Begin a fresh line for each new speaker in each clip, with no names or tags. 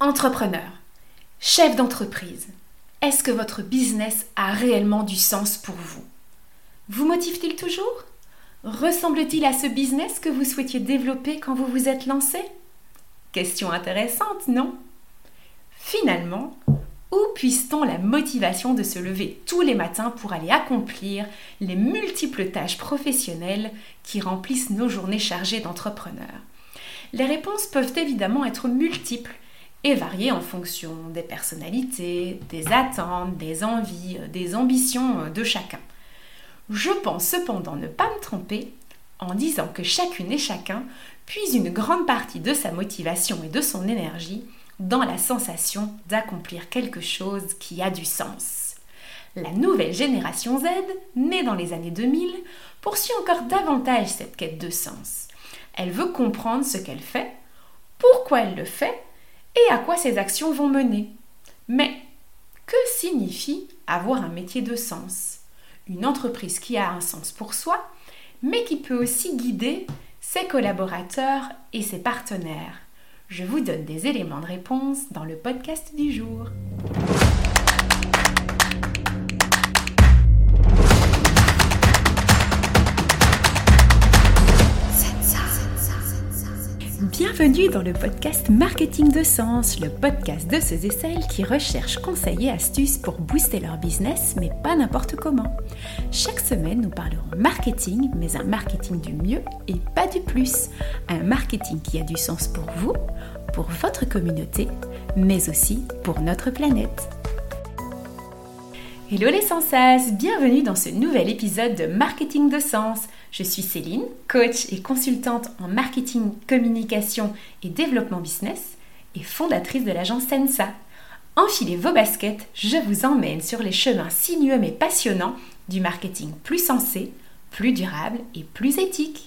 Entrepreneur, chef d'entreprise, est-ce que votre business a réellement du sens pour vous? Vous motive-t-il toujours? Ressemble-t-il à ce business que vous souhaitiez développer quand vous vous êtes lancé? Question intéressante, non? Finalement, où puise-t-on la motivation de se lever tous les matins pour aller accomplir les multiples tâches professionnelles qui remplissent nos journées chargées d'entrepreneurs? Les réponses peuvent évidemment être multiples et varier en fonction des personnalités, des attentes, des envies, des ambitions de chacun. Je pense cependant ne pas me tromper en disant que chacune et chacun puise une grande partie de sa motivation et de son énergie dans la sensation d'accomplir quelque chose qui a du sens. La nouvelle génération Z, née dans les années 2000, poursuit encore davantage cette quête de sens. Elle veut comprendre ce qu'elle fait, pourquoi elle le fait et à quoi ses actions vont mener. Mais que signifie avoir un métier de sens? Une entreprise qui a un sens pour soi, mais qui peut aussi guider ses collaborateurs et ses partenaires. Je vous donne des éléments de réponse dans le podcast du jour. Bienvenue dans le podcast Marketing de Sens, le podcast de ceux et celles qui recherchent conseils et astuces pour booster leur business, mais pas n'importe comment. Chaque semaine, nous parlerons marketing, mais un marketing du mieux et pas du plus. Un marketing qui a du sens pour vous, pour votre communauté, mais aussi pour notre planète. Hello les Sensas, bienvenue dans ce nouvel épisode de Marketing de Sens. Je suis Céline, coach et consultante en marketing, communication et développement business et fondatrice de l'agence Sensa. Enfilez vos baskets, je vous emmène sur les chemins sinueux mais passionnants du marketing plus sensé, plus durable et plus éthique.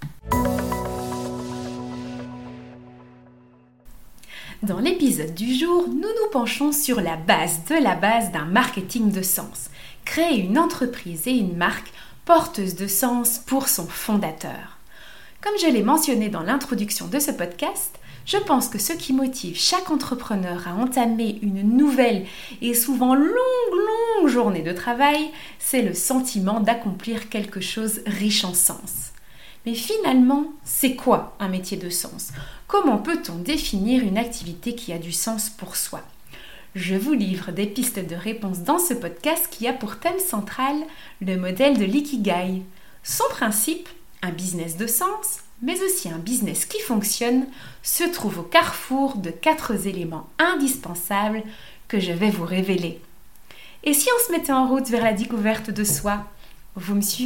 Dans l'épisode du jour, nous nous penchons sur la base de la base d'un marketing de sens. Créer une entreprise et une marque porteuse de sens pour son fondateur. Comme je l'ai mentionné dans l'introduction de ce podcast, je pense que ce qui motive chaque entrepreneur à entamer une nouvelle et souvent longue journée de travail, c'est le sentiment d'accomplir quelque chose riche en sens. Mais finalement, c'est quoi un métier de sens? Comment peut-on définir une activité qui a du sens pour soi? Je vous livre des pistes de réponse dans ce podcast qui a pour thème central le modèle de l'ikigai. Son principe, un business de sens, mais aussi un business qui fonctionne, se trouve au carrefour de 4 éléments indispensables que je vais vous révéler. Et si on se mettait en route vers la découverte de soi, vous me suivez ?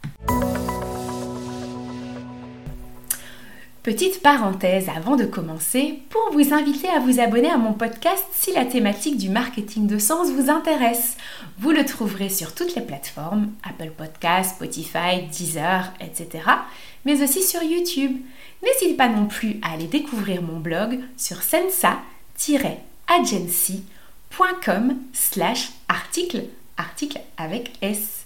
Petite parenthèse avant de commencer, pour vous inviter à vous abonner à mon podcast si la thématique du marketing de sens vous intéresse. Vous le trouverez sur toutes les plateformes, Apple Podcasts, Spotify, Deezer, etc. mais aussi sur YouTube. N'hésitez pas non plus à aller découvrir mon blog sur sensa-agency.com/article, article avec S.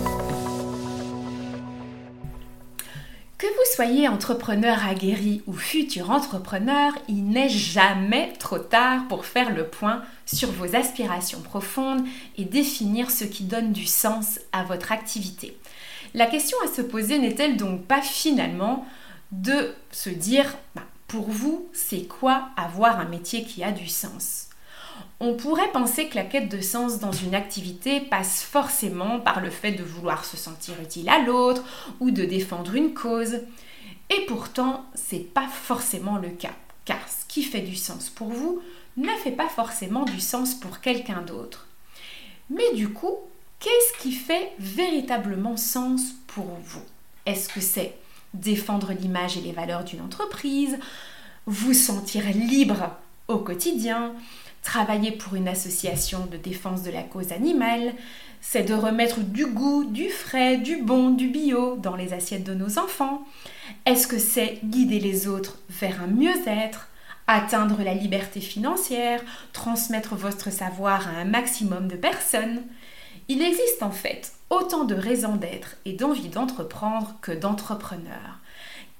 Que vous soyez entrepreneur aguerri ou futur entrepreneur, il n'est jamais trop tard pour faire le point sur vos aspirations profondes et définir ce qui donne du sens à votre activité. La question à se poser n'est-elle donc pas finalement de se dire pour vous, c'est quoi avoir un métier qui a du sens ? On pourrait penser que la quête de sens dans une activité passe forcément par le fait de vouloir se sentir utile à l'autre ou de défendre une cause. Et pourtant, c'est pas forcément le cas, car ce qui fait du sens pour vous ne fait pas forcément du sens pour quelqu'un d'autre. Mais du coup, qu'est-ce qui fait véritablement sens pour vous? Est-ce que c'est défendre l'image et les valeurs d'une entreprise, vous sentir libre au quotidien, travailler pour une association de défense de la cause animale, c'est de remettre du goût, du frais, du bon, du bio dans les assiettes de nos enfants? Est-ce que c'est guider les autres vers un mieux-être, atteindre la liberté financière, transmettre votre savoir à un maximum de personnes? Il existe en fait autant de raisons d'être et d'envie d'entreprendre que d'entrepreneurs.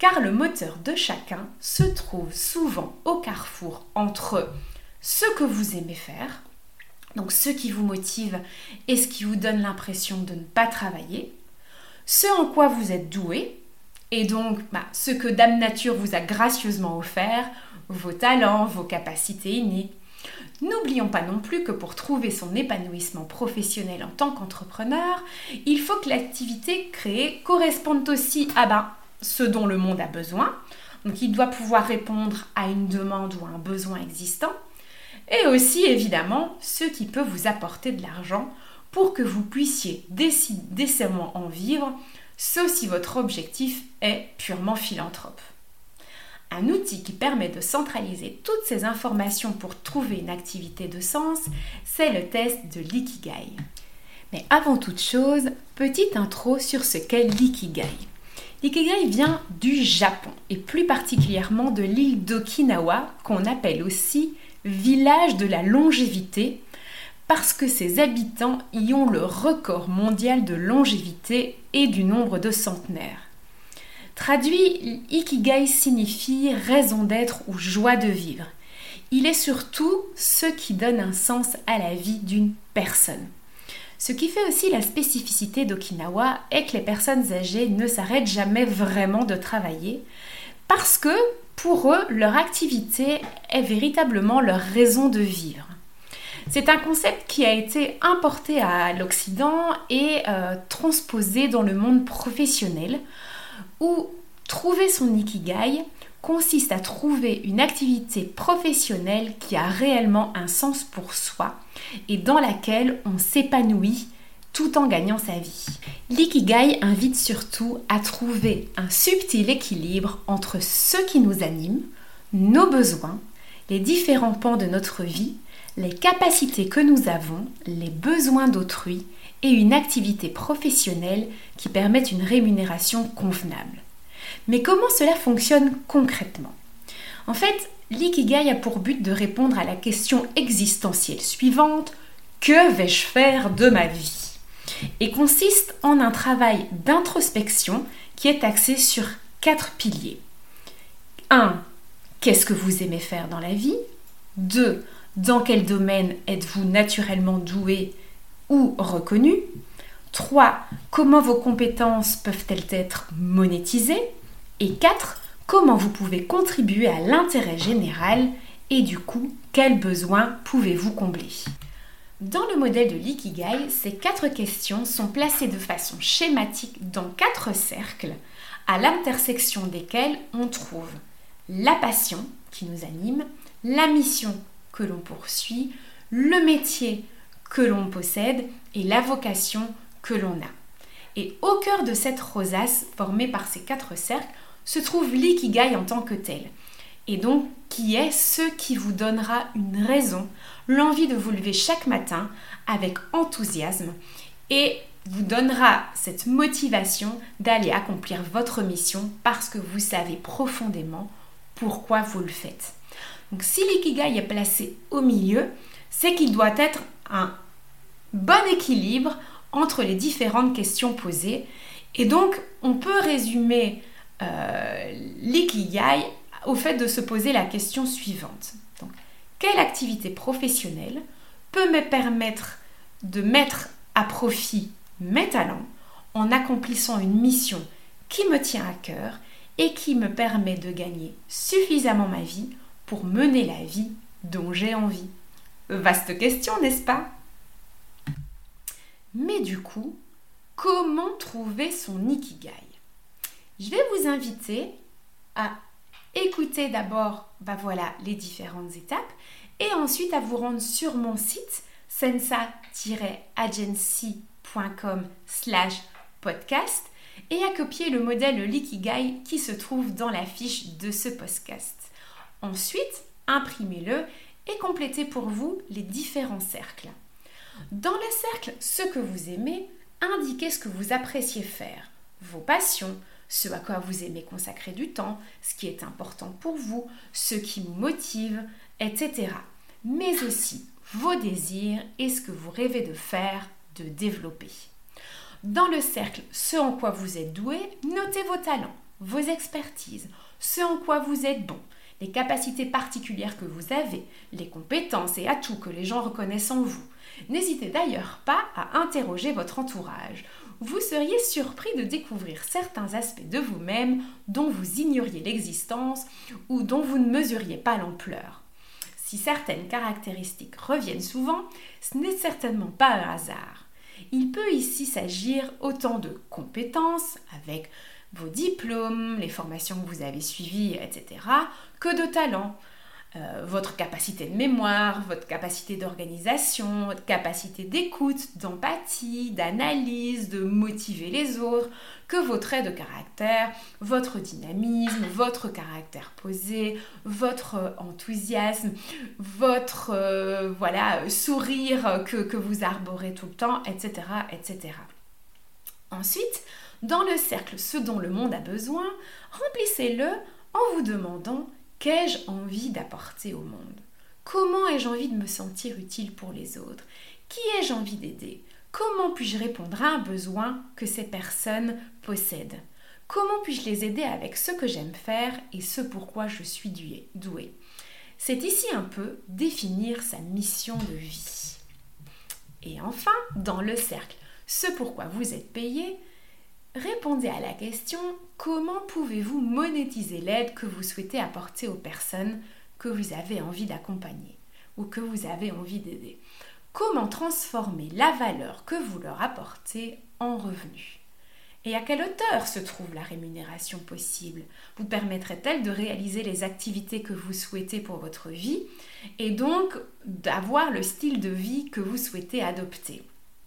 car le moteur de chacun se trouve souvent au carrefour entre ce que vous aimez faire, donc ce qui vous motive et ce qui vous donne l'impression de ne pas travailler, ce en quoi vous êtes doué, et donc ce que Dame Nature vous a gracieusement offert, vos talents, vos capacités innées. N'oublions pas non plus que pour trouver son épanouissement professionnel en tant qu'entrepreneur, il faut que l'activité créée corresponde aussi à ce dont le monde a besoin. Donc il doit pouvoir répondre à une demande ou à un besoin existant. Et aussi évidemment ce qui peut vous apporter de l'argent pour que vous puissiez décemment en vivre, sauf si votre objectif est purement philanthrope. Un outil qui permet de centraliser toutes ces informations pour trouver une activité de sens, c'est le test de l'Ikigai. Mais avant toute chose, petite intro sur ce qu'est l'Ikigai. L'Ikigai vient du Japon et plus particulièrement de l'île d'Okinawa qu'on appelle aussi village de la longévité parce que ses habitants y ont le record mondial de longévité et du nombre de centenaires. Traduit, Ikigai signifie raison d'être ou joie de vivre. Il est surtout ce qui donne un sens à la vie d'une personne. Ce qui fait aussi la spécificité d'Okinawa est que les personnes âgées ne s'arrêtent jamais vraiment de travailler parce que pour eux, leur activité est véritablement leur raison de vivre. C'est un concept qui a été importé à l'Occident et transposé dans le monde professionnel où trouver son Ikigai consiste à trouver une activité professionnelle qui a réellement un sens pour soi et dans laquelle on s'épanouit tout en gagnant sa vie. L'Ikigai invite surtout à trouver un subtil équilibre entre ce qui nous anime, nos besoins, les différents pans de notre vie, les capacités que nous avons, les besoins d'autrui et une activité professionnelle qui permette une rémunération convenable. Mais comment cela fonctionne concrètement ? En fait, l'Ikigai a pour but de répondre à la question existentielle suivante « Que vais-je faire de ma vie ?» et consiste en un travail d'introspection qui est axé sur 4 piliers. 1. Qu'est-ce que vous aimez faire dans la vie ? 2. Dans quel domaine êtes-vous naturellement doué ou reconnu ? 3. Comment vos compétences peuvent-elles être monétisées ? Et 4. Comment vous pouvez contribuer à l'intérêt général et du coup, quels besoins pouvez-vous combler ? Dans le modèle de l'Ikigai, ces 4 questions sont placées de façon schématique dans 4 cercles, à l'intersection desquels on trouve la passion qui nous anime, la mission que l'on poursuit, le métier que l'on possède et la vocation que l'on a. Et au cœur de cette rosace formée par ces 4 cercles se trouve l'Ikigai en tant que tel. Et donc, qui est ce qui vous donnera une raison, l'envie de vous lever chaque matin avec enthousiasme et vous donnera cette motivation d'aller accomplir votre mission parce que vous savez profondément pourquoi vous le faites. Donc, si l'Ikigai est placé au milieu, c'est qu'il doit être un bon équilibre entre les différentes questions posées. Et donc, on peut résumer l'Ikigai au fait de se poser la question suivante. Donc, quelle activité professionnelle peut me permettre de mettre à profit mes talents en accomplissant une mission qui me tient à cœur et qui me permet de gagner suffisamment ma vie pour mener la vie dont j'ai envie ? Vaste question, n'est-ce pas ? Mais du coup, comment trouver son Ikigai ? Je vais vous inviter à écouter d'abord les différentes étapes et ensuite à vous rendre sur mon site sensa-agency.com/podcast et à copier le modèle l'Ikigai qui se trouve dans la fiche de ce podcast. Ensuite, imprimez-le et complétez pour vous les différents cercles. Dans le cercle « Ce que vous aimez », indiquez ce que vous appréciez faire, vos passions, ce à quoi vous aimez consacrer du temps, ce qui est important pour vous, ce qui vous motive, etc. Mais aussi vos désirs et ce que vous rêvez de faire, de développer. Dans le cercle « Ce en quoi vous êtes doué », notez vos talents, vos expertises, ce en quoi vous êtes bon, les capacités particulières que vous avez, les compétences et atouts que les gens reconnaissent en vous. N'hésitez d'ailleurs pas à interroger votre entourage. Vous seriez surpris de découvrir certains aspects de vous-même dont vous ignoriez l'existence ou dont vous ne mesuriez pas l'ampleur. Si certaines caractéristiques reviennent souvent, ce n'est certainement pas un hasard. Il peut ici s'agir autant de compétences, avec vos diplômes, les formations que vous avez suivies, etc., que de talents. Votre capacité de mémoire, votre capacité d'organisation, votre capacité d'écoute, d'empathie, d'analyse, de motiver les autres, que vos traits de caractère, votre dynamisme, votre caractère posé, votre enthousiasme, votre sourire que vous arborez tout le temps, etc., etc. Ensuite, dans le cercle ce dont le monde a besoin, remplissez-le en vous demandant: qu'ai-je envie d'apporter au monde? Comment ai-je envie de me sentir utile pour les autres? Qui ai-je envie d'aider? Comment puis-je répondre à un besoin que ces personnes possèdent? Comment puis-je les aider avec ce que j'aime faire et ce pourquoi je suis douée? C'est ici un peu définir sa mission de vie. Et enfin, dans le cercle ce pourquoi vous êtes payé, répondez à la question: comment pouvez-vous monétiser l'aide que vous souhaitez apporter aux personnes que vous avez envie d'accompagner ou que vous avez envie d'aider? Comment transformer la valeur que vous leur apportez en revenus? Et à quelle hauteur se trouve la rémunération possible? Vous permettrait-elle de réaliser les activités que vous souhaitez pour votre vie et donc d'avoir le style de vie que vous souhaitez adopter?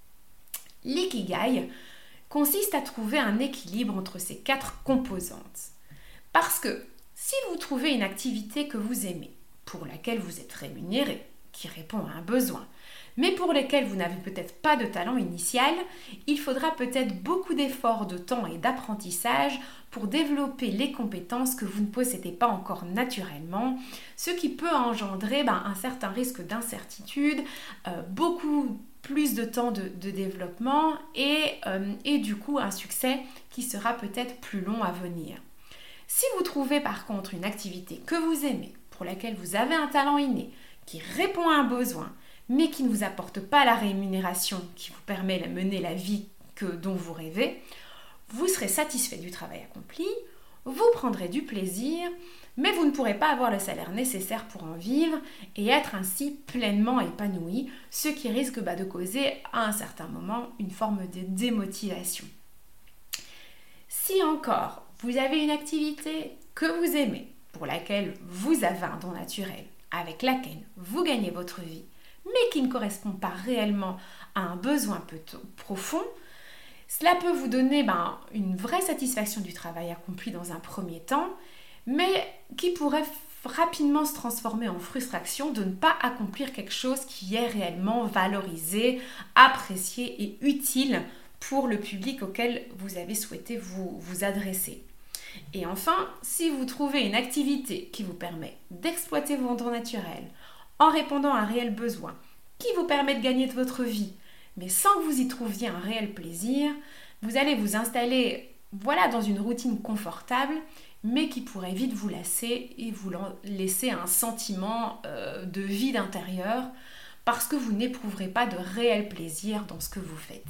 L'ikigai consiste à trouver un équilibre entre ces 4 composantes. Parce que si vous trouvez une activité que vous aimez, pour laquelle vous êtes rémunéré, qui répond à un besoin, mais pour lesquels vous n'avez peut-être pas de talent initial, il faudra peut-être beaucoup d'efforts, de temps et d'apprentissage pour développer les compétences que vous ne possédez pas encore naturellement, ce qui peut engendrer un certain risque d'incertitude, beaucoup plus de temps de développement et du coup un succès qui sera peut-être plus long à venir. Si vous trouvez par contre une activité que vous aimez, pour laquelle vous avez un talent inné, qui répond à un besoin, mais qui ne vous apporte pas la rémunération qui vous permet de mener la vie dont vous rêvez, vous serez satisfait du travail accompli, vous prendrez du plaisir, mais vous ne pourrez pas avoir le salaire nécessaire pour en vivre et être ainsi pleinement épanoui, ce qui risque de causer à un certain moment une forme de démotivation. Si encore vous avez une activité que vous aimez, pour laquelle vous avez un don naturel, avec laquelle vous gagnez votre vie, mais qui ne correspond pas réellement à un besoin profond, cela peut vous donner une vraie satisfaction du travail accompli dans un premier temps, mais qui pourrait rapidement se transformer en frustration de ne pas accomplir quelque chose qui est réellement valorisé, apprécié et utile pour le public auquel vous avez souhaité vous adresser. Et enfin, si vous trouvez une activité qui vous permet d'exploiter vos dons naturels en répondant à un réel besoin, qui vous permet de gagner de votre vie, mais sans que vous y trouviez un réel plaisir, vous allez vous installer dans une routine confortable, mais qui pourrait vite vous lasser et vous laisser un sentiment de vide intérieur parce que vous n'éprouverez pas de réel plaisir dans ce que vous faites.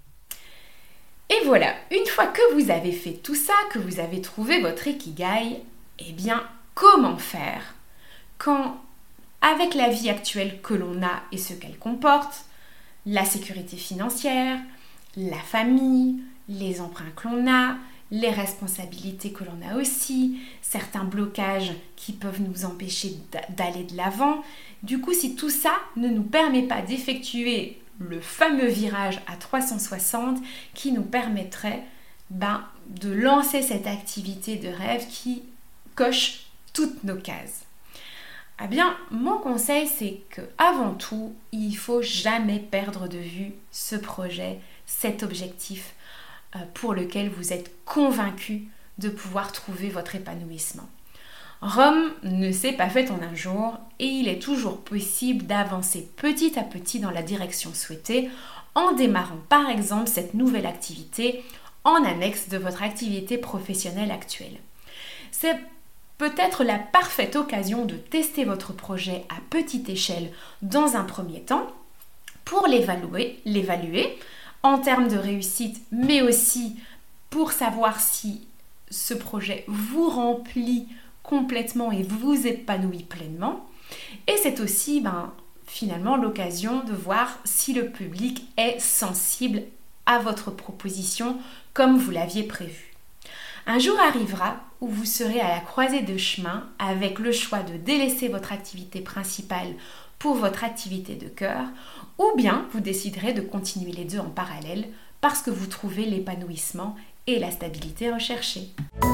Et voilà, une fois que vous avez fait tout ça, que vous avez trouvé votre ikigai, eh bien, comment faire quand, avec la vie actuelle que l'on a et ce qu'elle comporte, la sécurité financière, la famille, les emprunts que l'on a, les responsabilités que l'on a aussi, certains blocages qui peuvent nous empêcher d'aller de l'avant. Du coup, si tout ça ne nous permet pas d'effectuer le fameux virage à 360 qui nous permettrait de lancer cette activité de rêve qui coche toutes nos cases. Eh bien, mon conseil, c'est qu'avant tout, il ne faut jamais perdre de vue ce projet, cet objectif pour lequel vous êtes convaincu de pouvoir trouver votre épanouissement. Rome ne s'est pas faite en un jour et il est toujours possible d'avancer petit à petit dans la direction souhaitée en démarrant par exemple cette nouvelle activité, en annexe de votre activité professionnelle actuelle. C'est peut-être la parfaite occasion de tester votre projet à petite échelle dans un premier temps pour l'évaluer en termes de réussite, mais aussi pour savoir si ce projet vous remplit complètement et vous épanouit pleinement. Et c'est aussi finalement l'occasion de voir si le public est sensible à votre proposition comme vous l'aviez prévu. Un jour arrivera où vous serez à la croisée de chemin avec le choix de délaisser votre activité principale pour votre activité de cœur, ou bien vous déciderez de continuer les deux en parallèle parce que vous trouvez l'épanouissement et la stabilité recherchée.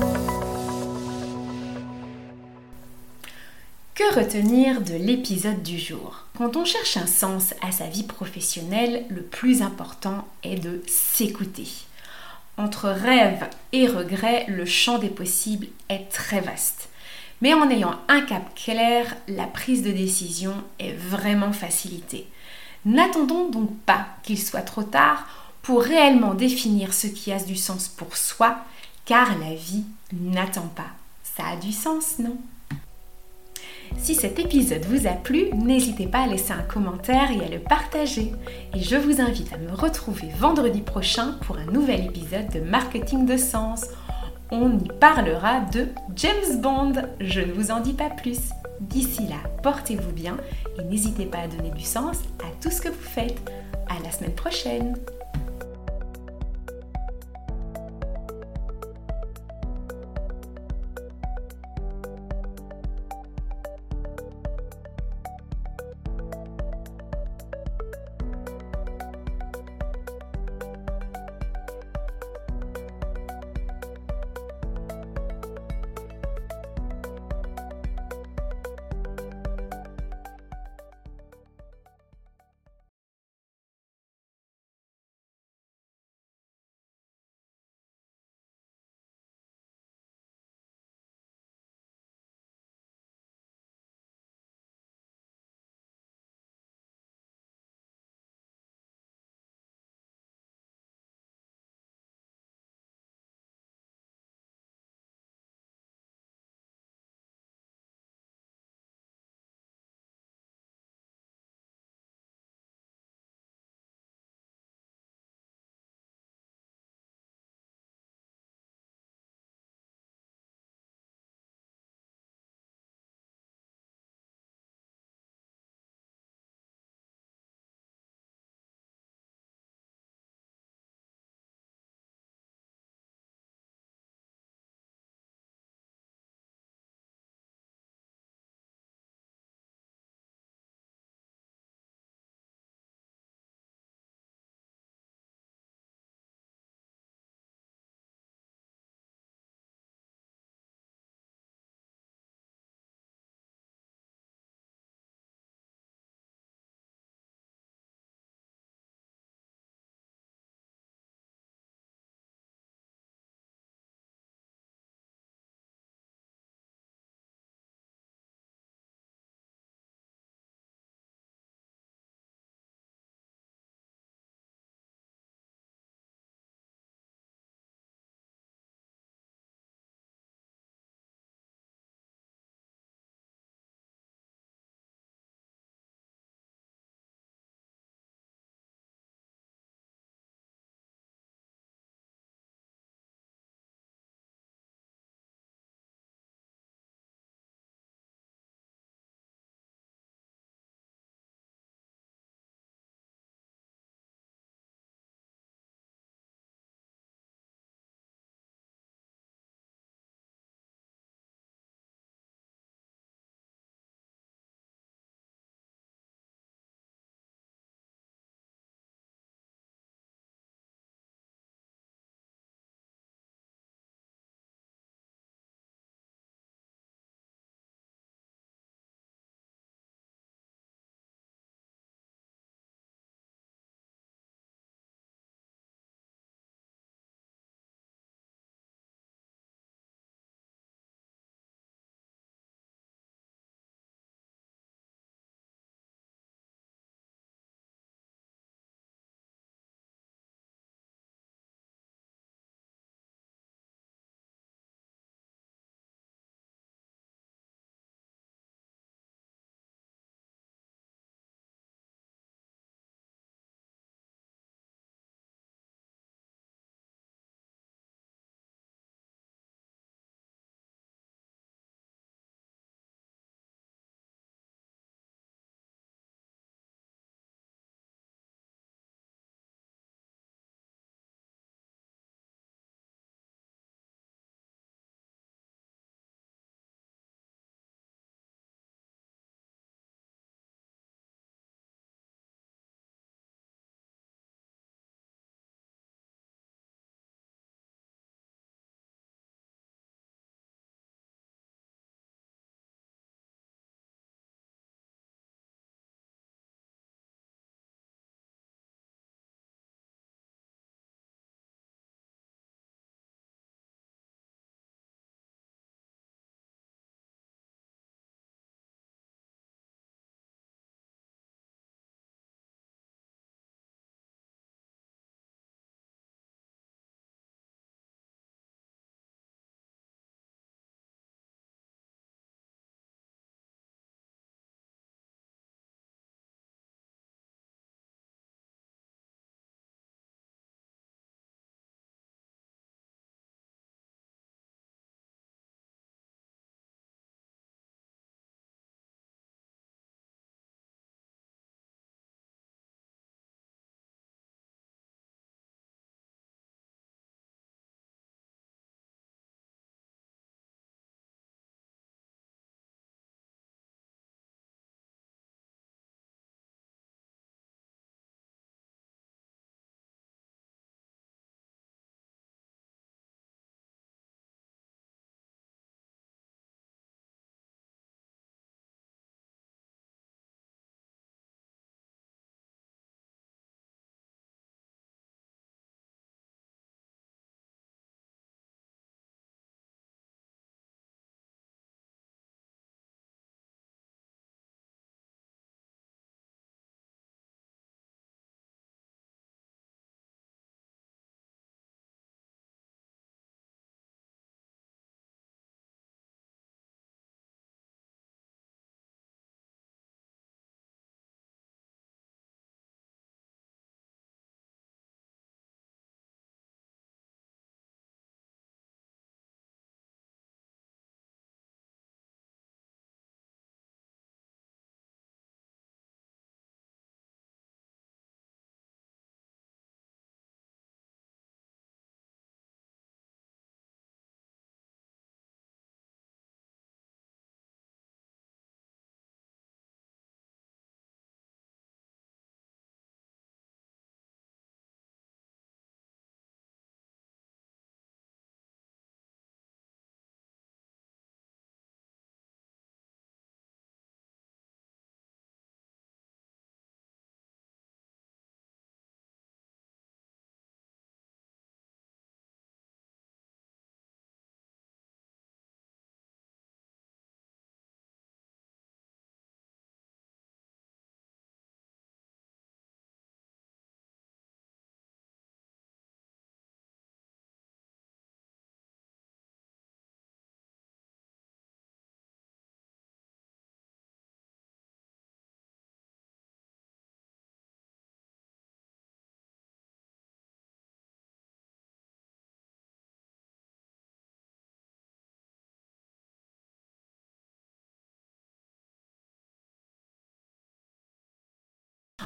Que retenir de l'épisode du jour ? Quand on cherche un sens à sa vie professionnelle, le plus important est de s'écouter. Entre rêve et regret, le champ des possibles est très vaste. Mais en ayant un cap clair, la prise de décision est vraiment facilitée. N'attendons donc pas qu'il soit trop tard pour réellement définir ce qui a du sens pour soi, car la vie n'attend pas. Ça a du sens, non ? Si cet épisode vous a plu, n'hésitez pas à laisser un commentaire et à le partager. Et je vous invite à me retrouver vendredi prochain pour un nouvel épisode de Marketing de Sens. On y parlera de James Bond. Je ne vous en dis pas plus. D'ici là, portez-vous bien et n'hésitez pas à donner du sens à tout ce que vous faites. À la semaine prochaine.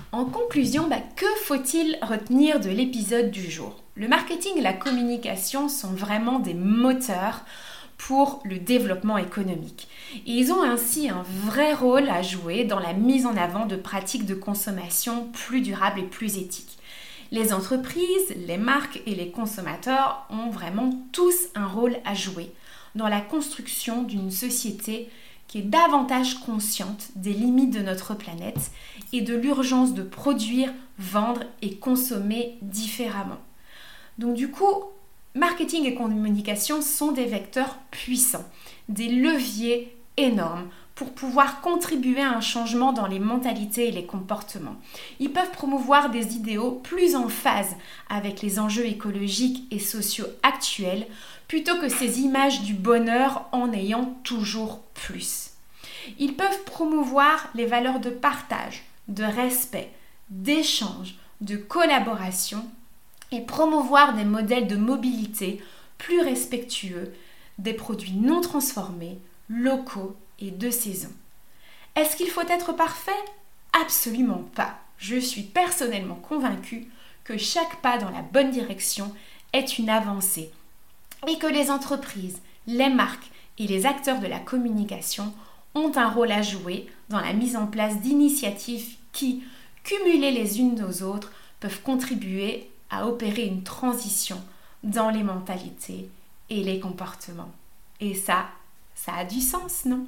En conclusion, que faut-il retenir de l'épisode du jour? Le marketing et la communication sont vraiment des moteurs pour le développement économique. Et ils ont ainsi un vrai rôle à jouer dans la mise en avant de pratiques de consommation plus durables et plus éthiques. Les entreprises, les marques et les consommateurs ont vraiment tous un rôle à jouer dans la construction d'une société qui est davantage consciente des limites de notre planète et de l'urgence de produire, vendre et consommer différemment. Donc du coup, marketing et communication sont des vecteurs puissants, des leviers énormes pour pouvoir contribuer à un changement dans les mentalités et les comportements. Ils peuvent promouvoir des idéaux plus en phase avec les enjeux écologiques et sociaux actuels, plutôt que ces images du bonheur en ayant toujours plus. Ils peuvent promouvoir les valeurs de partage, de respect, d'échange, de collaboration et promouvoir des modèles de mobilité plus respectueux, des produits non transformés, locaux et de saison. Est-ce qu'il faut être parfait? Absolument pas. Je suis personnellement convaincue que chaque pas dans la bonne direction est une avancée et que les entreprises, les marques et les acteurs de la communication ont un rôle à jouer dans la mise en place d'initiatives qui, cumulées les unes aux autres, peuvent contribuer à opérer une transition dans les mentalités et les comportements. Et ça a du sens, non?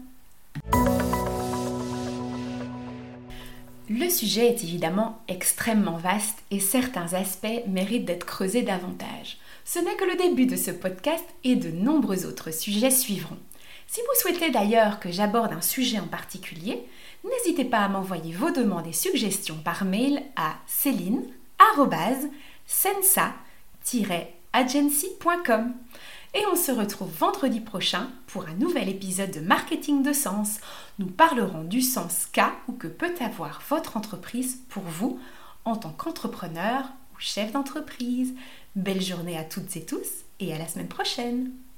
Le sujet est évidemment extrêmement vaste et certains aspects méritent d'être creusés davantage. Ce n'est que le début de ce podcast et de nombreux autres sujets suivront. Si vous souhaitez d'ailleurs que j'aborde un sujet en particulier, n'hésitez pas à m'envoyer vos demandes et suggestions par mail à celine@sensa-agency.com. Et on se retrouve vendredi prochain pour un nouvel épisode de Marketing de Sens. Nous parlerons du sens qu'a ou que peut avoir votre entreprise pour vous en tant qu'entrepreneur ou chef d'entreprise. Belle journée à toutes et tous et à la semaine prochaine.